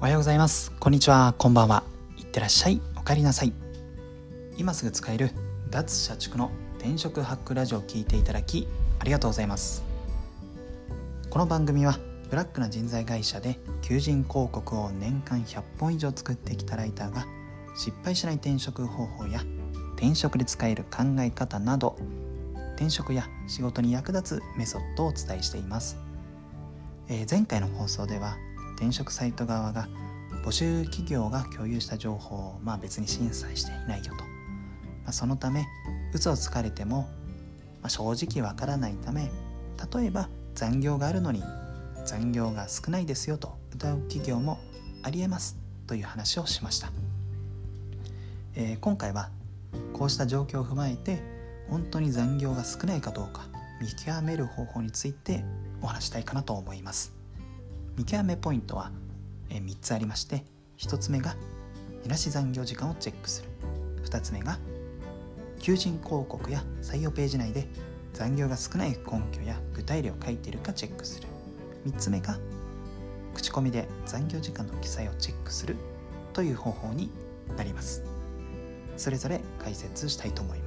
おはようございます。こんにちは、こんばんは。いってらっしゃい、おかえりなさい。今すぐ使える脱社畜の転職ハックラジオを聞いていただきありがとうございます。この番組はブラックな人材会社で求人広告を年間100本以上作ってきたライターが失敗しない転職方法や転職で使える考え方など、転職や仕事に役立つメソッドをお伝えしています。前回の放送では転職サイト側が募集企業が共有した情報を別に審査していないよと、そのため嘘をつかれても、正直わからないため、例えば残業があるのに残業が少ないですよと謳う企業もありえますという話をしました。今回はこうした状況を踏まえて本当に残業が少ないかどうか見極める方法についてお話したいかなと思います。見極めポイントは3つありまして、1つ目がみなし残業時間をチェックする、2つ目が求人広告や採用ページ内で残業が少ない根拠や具体例を書いているかチェックする、3つ目が口コミで残業時間の記載をチェックするという方法になります。それぞれ解説したいと思います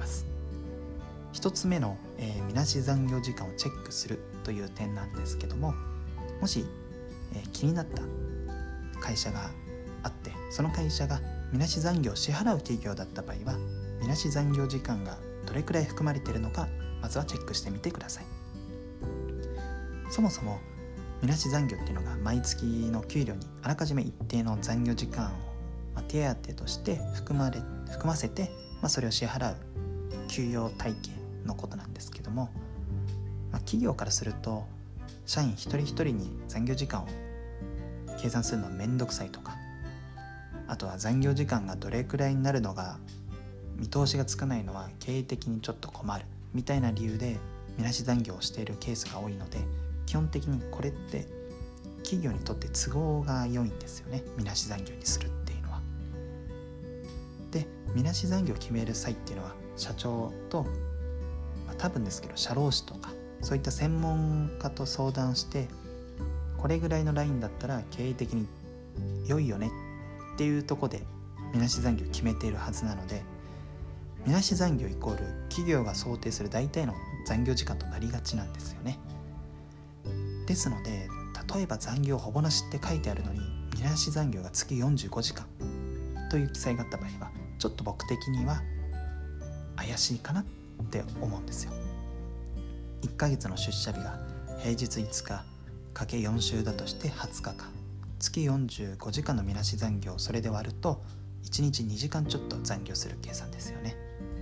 。1つ目の、みなし残業時間をチェックするという点なんですけども、もし気になった会社があって、その会社がみなし残業を支払う企業だった場合は、みなし残業時間がどれくらい含まれているのか、まずはチェックしてみてください。そもそもみなし残業っていうのが毎月の給料にあらかじめ一定の残業時間を手当として含ませて、それを支払う給与体系のことなんですけども、企業からすると社員一人一人に残業時間を計算するのはめんどくさいとか、あとは残業時間がどれくらいになるのが見通しがつかないのは経営的にちょっと困るみたいな理由でみなし残業をしているケースが多いので、基本的にこれって企業にとって都合が良いんですよね、みなし残業にするっていうのは。で、みなし残業を決める際っていうのは社長と、多分ですけど社労士とかそういった専門家と相談して、これぐらいのラインだったら経営的に良いよねっていうところでみなし残業を決めているはずなので、みなし残業イコール企業が想定する大体の残業時間となりがちなんですよね。ですので、例えば残業ほぼなしって書いてあるのにみなし残業が月45時間という記載があった場合は、ちょっと僕的には怪しいかなって思うんですよ。1ヶ月の出社日が平日5日かけ4週だとして20日間、月45時間のみなし残業をそれで割ると1日2時間ちょっと残業する計算ですよね。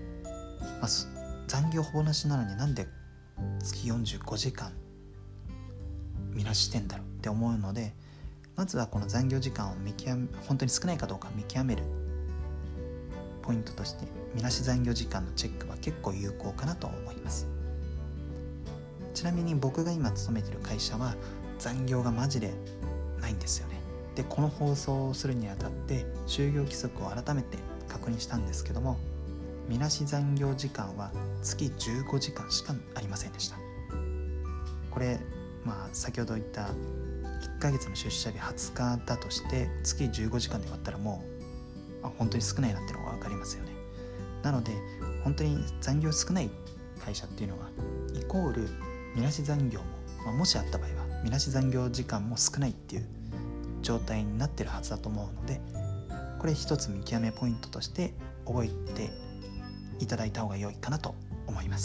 残業ほぼなしなのになんで月45時間みなししてんだろうって思うので、まずはこの残業時間を本当に少ないかどうか見極めるポイントとしてみなし残業時間のチェックは結構有効かなと思います。ちなみに僕が今勤めている会社は残業がマジでないんですよね。で、この放送をするにあたって就業規則を改めて確認したんですけども、みなし残業時間は月15時間しかありませんでした。これ先ほど言った1ヶ月の出社日20日だとして月15時間で割ったらもう本当に少ないなっていうのが分かりますよね。なので本当に残業少ない会社っていうのはイコールみなし残業も、もしあった場合はみなし残業時間も少ないっていう状態になってるはずだと思うので、これ一つ見極めポイントとして覚えていただいた方が良いかなと思います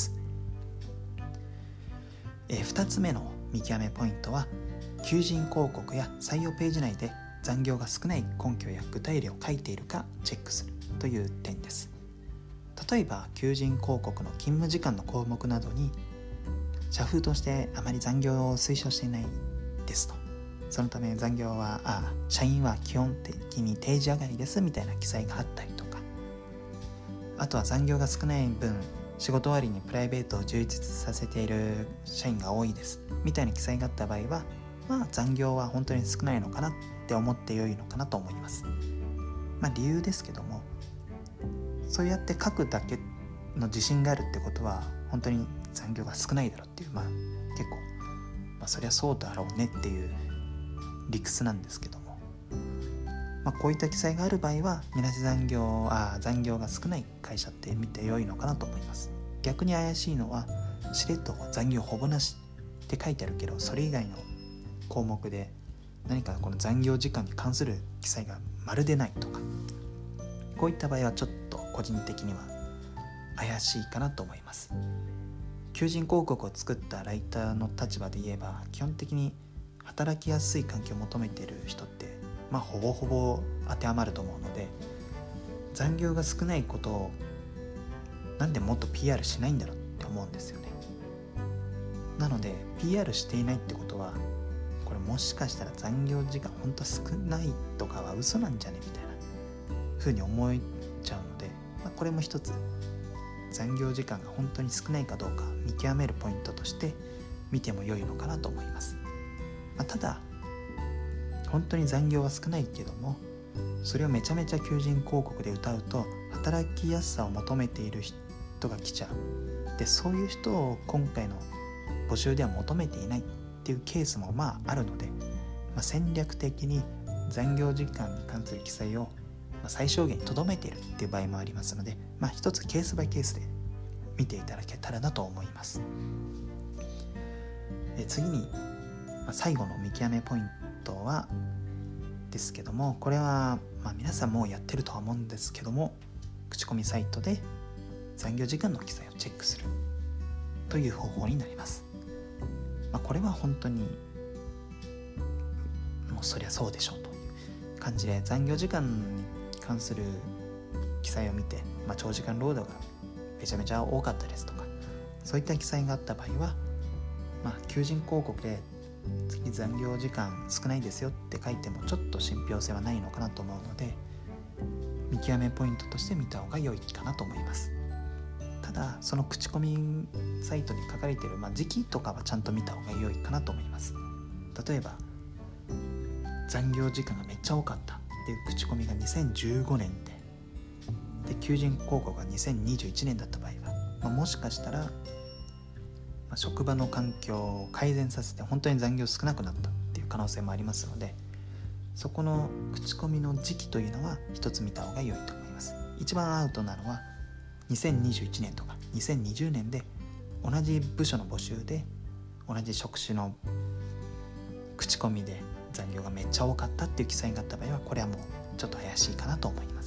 。2つ目の見極めポイントは求人広告や採用ページ内で残業が少ない根拠や具体例を書いているかチェックするという点です。例えば求人広告の勤務時間の項目などに社風としてあまり残業を推奨していないですと、そのため残業は社員は基本的に定時上がりですみたいな記載があったりとか、あとは残業が少ない分仕事終わりにプライベートを充実させている社員が多いですみたいな記載があった場合は、残業は本当に少ないのかなって思って良いのかなと思います。理由ですけども、そうやって書くだけの自信があるってことは本当に残業が少ないだろうっていう、結構、そりゃそうだろうねっていう理屈なんですけども、 こういった記載がある場合はみなし残業が少ない会社って見て良いのかなと思います。逆に怪しいのはしれっと残業ほぼなしって書いてあるけど、それ以外の項目で何かこの残業時間に関する記載がまるでないとか、こういった場合はちょっと個人的には怪しいかなと思います。求人広告を作ったライターの立場で言えば、基本的に働きやすい環境を求めている人ってほぼほぼ当てはまると思うので、残業が少ないことをなんでもっと PR しないんだろうって思うんですよね。なので PR していないってことは、これもしかしたら残業時間ほんと少ないとかは嘘なんじゃねみたいな風に思えちゃうので、これも一つ残業時間が本当に少ないかどうか見極めるポイントとして見ても良いのかなと思います。ただ本当に残業は少ないけども、それをめちゃめちゃ求人広告で謳うと働きやすさを求めている人が来ちゃう。でそういう人を今回の募集では求めていないっていうケースもあるので、戦略的に残業時間に関する記載を最小限に留めているっていう場合もありますので、一つケースバイケースで見ていただけたらなと思います。次に、最後の見極めポイントはですけども、これは皆さんもうやってるとは思うんですけども、口コミサイトで残業時間の記載をチェックするという方法になります。これは本当にもうそりゃそうでしょうという感じで、残業時間に関する記載を見て、長時間労働がめちゃめちゃ多かったですとか、そういった記載があった場合は、求人広告で次残業時間少ないですよって書いてもちょっと信憑性はないのかなと思うので、見極めポイントとして見た方が良いかなと思います。ただその口コミサイトに書かれている、時期とかはちゃんと見た方が良いかなと思います。例えば残業時間がめっちゃ多かったっていう口コミが2015年で求人広告が2021年だった場合は、もしかしたら職場の環境を改善させて本当に残業少なくなったっていう可能性もありますので、そこの口コミの時期というのは一つ見た方が良いと思います。一番アウトなのは2021年とか2020年で同じ部署の募集で同じ職種の口コミで残業がめっちゃ多かったっていう記載があった場合は、これはもうちょっと怪しいかなと思います。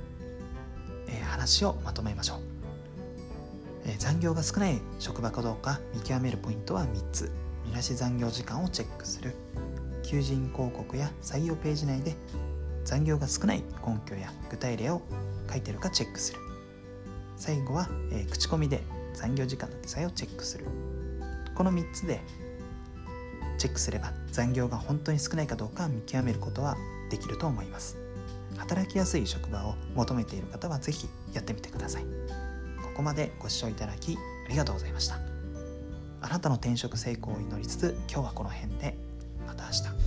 話をまとめましょう。残業が少ない職場かどうか見極めるポイントは3つ。見出し残業時間をチェックする。求人広告や採用ページ内で残業が少ない根拠や具体例を書いているかチェックする。最後は、口コミで残業時間の記載をチェックする。この3つでチェックすれば残業が本当に少ないかどうか見極めることはできると思います。働きやすい職場を求めている方はぜひやってみてください。ここまでご視聴いただきありがとうございました。あなたの転職成功を祈りつつ、今日はこの辺で。また明日。